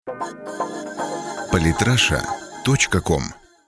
Политраша.ком.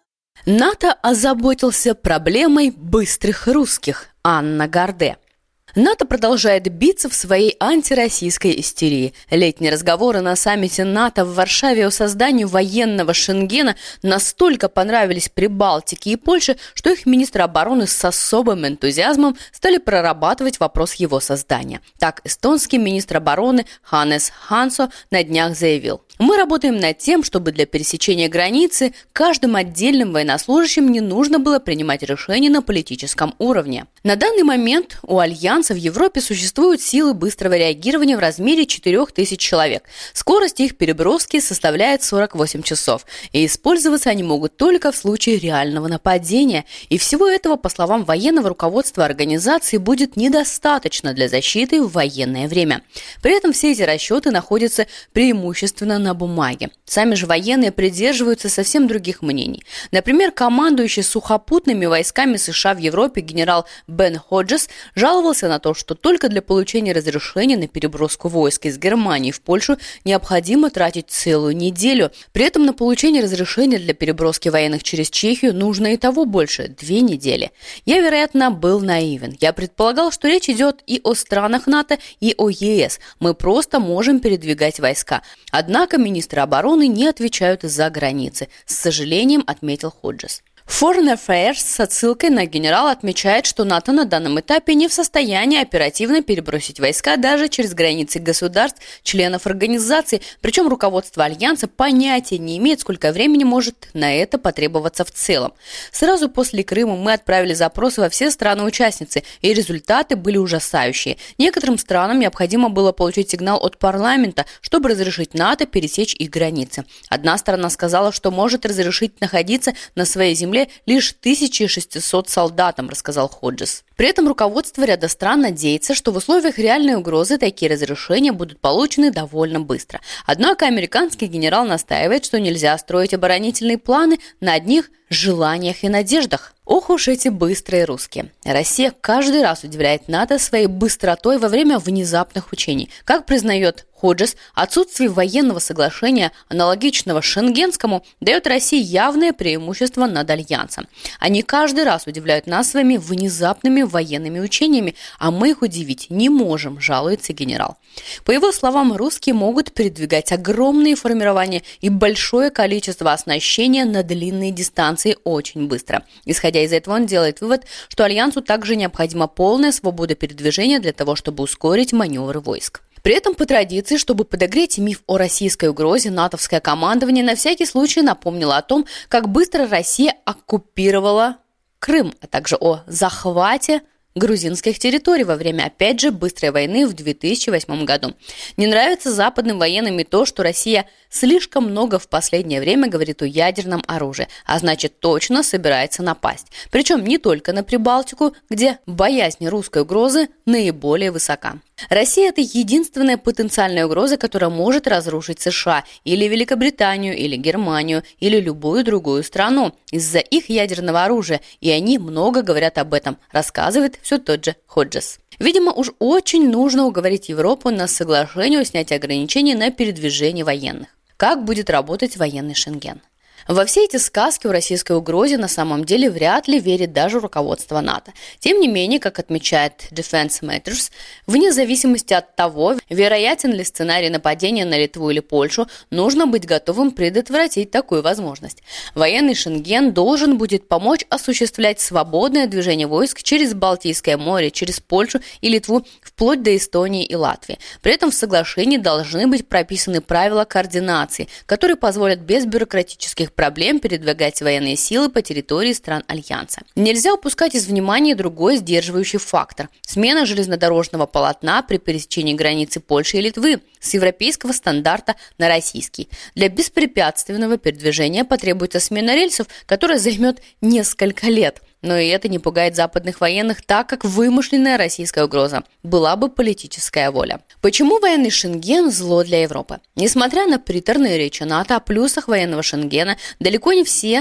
НАТО озаботился проблемой быстрых русских. Анна Гарде. НАТО продолжает биться в своей антироссийской истерии. Летние разговоры на саммите НАТО в Варшаве о создании военного Шенгена настолько понравились Прибалтике и Польше, что их министры обороны с особым энтузиазмом стали прорабатывать вопрос его создания. Так, эстонский министр обороны Ханнес Хансо на днях заявил: «Мы работаем над тем, чтобы для пересечения границы каждым отдельным военнослужащим не нужно было принимать решения на политическом уровне». На данный момент у Альянса в Европе существуют силы быстрого реагирования в размере 4000 человек. Скорость их переброски составляет 48 часов. И использоваться они могут только в случае реального нападения. И всего этого, по словам военного руководства организации, будет недостаточно для защиты в военное время. При этом все эти расчеты находятся преимущественно на бумаге. Сами же военные придерживаются совсем других мнений. Например, командующий сухопутными войсками США в Европе генерал Бен Ходжес жаловался на то, что только для получения разрешения на переброску войск из Германии в Польшу необходимо тратить целую неделю. При этом на получение разрешения для переброски военных через Чехию нужно и того больше – 2 недели. Я, вероятно, был наивен. Я предполагал, что речь идет и о странах НАТО, и о ЕС. Мы просто можем передвигать войска. Однако министры обороны не отвечают за границы, с сожалением отметил Ходжес. Foreign Affairs с отсылкой на генерала отмечает, что НАТО на данном этапе не в состоянии оперативно перебросить войска даже через границы государств, членов организации, причем руководство Альянса понятия не имеет, сколько времени может на это потребоваться в целом. Сразу после Крыма мы отправили запросы во все страны-участницы, и результаты были ужасающие. Некоторым странам необходимо было получить сигнал от парламента, чтобы разрешить НАТО пересечь их границы. Одна страна сказала, что может разрешить находиться на своей земле лишь 1600 солдатам, рассказал Ходжес. При этом руководство ряда стран надеется, что в условиях реальной угрозы такие разрешения будут получены довольно быстро. Однако американский генерал настаивает, что нельзя строить оборонительные планы на одних желаниях и надеждах. Ох уж эти быстрые русские. Россия каждый раз удивляет НАТО своей быстротой во время внезапных учений. Как признает Ходжес, отсутствие военного соглашения, аналогичного шенгенскому, дает России явное преимущество над Альянсом. Они каждый раз удивляют нас своими внезапными военными учениями, а мы их удивить не можем, жалуется генерал. По его словам, русские могут передвигать огромные формирования и большое количество оснащения на длинные дистанции очень быстро. Исходя из этого, он делает вывод, что Альянсу также необходима полная свобода передвижения для того, чтобы ускорить маневры войск. При этом, по традиции, чтобы подогреть миф о российской угрозе, натовское командование на всякий случай напомнило о том, как быстро Россия оккупировала Крым, а также о захвате грузинских территорий во время, опять же, быстрой войны в 2008 году. Не нравится западным военным и то, что Россия слишком много в последнее время говорит о ядерном оружии, а значит точно собирается напасть. Причем не только на Прибалтику, где боязнь русской угрозы наиболее высока. Россия – это единственная потенциальная угроза, которая может разрушить США или Великобританию, или Германию, или любую другую страну из-за их ядерного оружия, и они много говорят об этом, рассказывает все тот же Ходжес. Видимо, уж очень нужно уговорить Европу на соглашение о снятии ограничений на передвижение военных. Как будет работать военный Шенген? Во все эти сказки о российской угрозе на самом деле вряд ли верит даже руководство НАТО. Тем не менее, как отмечает Defense Matters, вне зависимости от того, вероятен ли сценарий нападения на Литву или Польшу, нужно быть готовым предотвратить такую возможность. Военный Шенген должен будет помочь осуществлять свободное движение войск через Балтийское море, через Польшу и Литву, вплоть до Эстонии и Латвии. При этом в соглашении должны быть прописаны правила координации, которые позволят без бюрократических проблем передвигать военные силы по территории стран Альянса. Нельзя упускать из внимания другой сдерживающий фактор – смена железнодорожного полотна при пересечении границы Польши и Литвы с европейского стандарта на российский. Для беспрепятственного передвижения потребуется смена рельсов, которая займет несколько лет. Но и это не пугает западных военных, так как вымышленная российская угроза. Была бы политическая воля. Почему военный Шенген – зло для Европы? Несмотря на приторные речи НАТО о плюсах военного Шенгена, далеко не все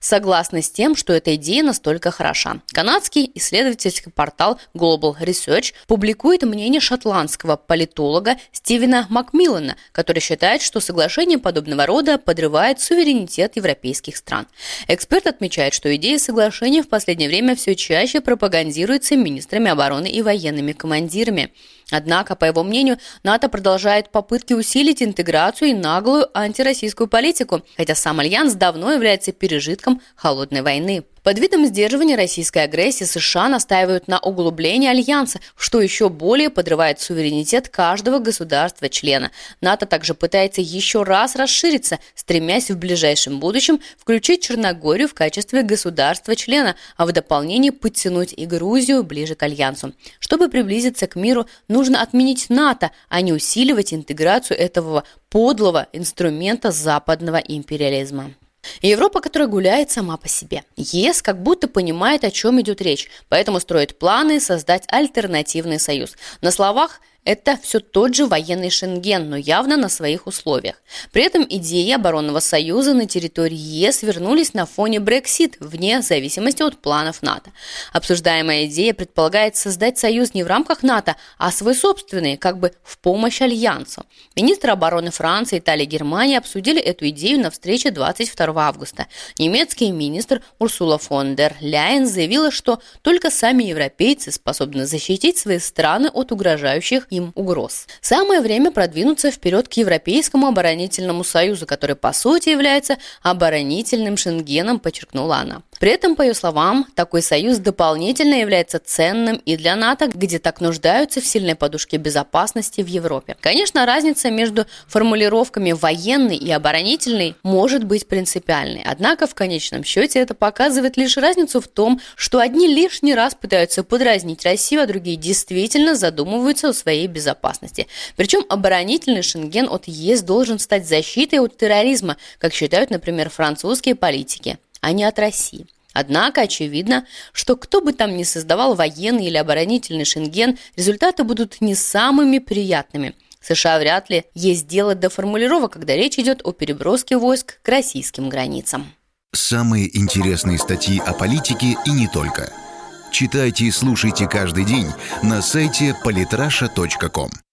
согласны с тем, что эта идея настолько хороша. Канадский исследовательский портал Global Research публикует мнение шотландского политолога Стивена Макмиллана, который считает, что соглашение подобного рода подрывает суверенитет европейских стран. Эксперт отмечает, что идея соглашения в последнее время все чаще пропагандируется министрами обороны и военными командирами. Однако, по его мнению, НАТО продолжает попытки усилить интеграцию и наглую антироссийскую политику, хотя сам альянс давно является пережитком холодной войны. Под видом сдерживания российской агрессии США настаивают на углублении альянса, что еще более подрывает суверенитет каждого государства-члена. НАТО также пытается еще раз расшириться, стремясь в ближайшем будущем включить Черногорию в качестве государства-члена, а в дополнение подтянуть и Грузию ближе к альянсу. Чтобы приблизиться к миру, нужно отменить НАТО, а не усиливать интеграцию этого подлого инструмента западного империализма. Европа, которая гуляет сама по себе. ЕС как будто понимает, о чем идет речь, поэтому строит планы создать альтернативный союз. На словах это все тот же военный Шенген, но явно на своих условиях. При этом идеи оборонного союза на территории ЕС вернулись на фоне Brexit, вне зависимости от планов НАТО. Обсуждаемая идея предполагает создать союз не в рамках НАТО, а свой собственный, как бы в помощь альянсу. Министры обороны Франции, Италии и Германии обсудили эту идею на встрече 22 августа. Немецкий министр Урсула фон дер Ляйен заявила, что только сами европейцы способны защитить свои страны от угрожающих им угроз. Самое время продвинуться вперед к Европейскому оборонительному союзу, который по сути является оборонительным Шенгеном, подчеркнула она. При этом, по ее словам, такой союз дополнительно является ценным и для НАТО, где так нуждаются в сильной подушке безопасности в Европе. Конечно, разница между формулировками военный и оборонительный может быть принципиальной, однако в конечном счете это показывает лишь разницу в том, что одни лишний раз пытаются подразнить Россию, а другие действительно задумываются о своей безопасности. Причем оборонительный Шенген от ЕС должен стать защитой от терроризма, как считают, например, французские политики, а не от России. Однако очевидно, что кто бы там ни создавал военный или оборонительный Шенген, результаты будут не самыми приятными. США вряд ли есть дело до формулировок, когда речь идет о переброске войск к российским границам. Самые интересные статьи о политике и не только. Читайте и слушайте каждый день на сайте polytrasha.com.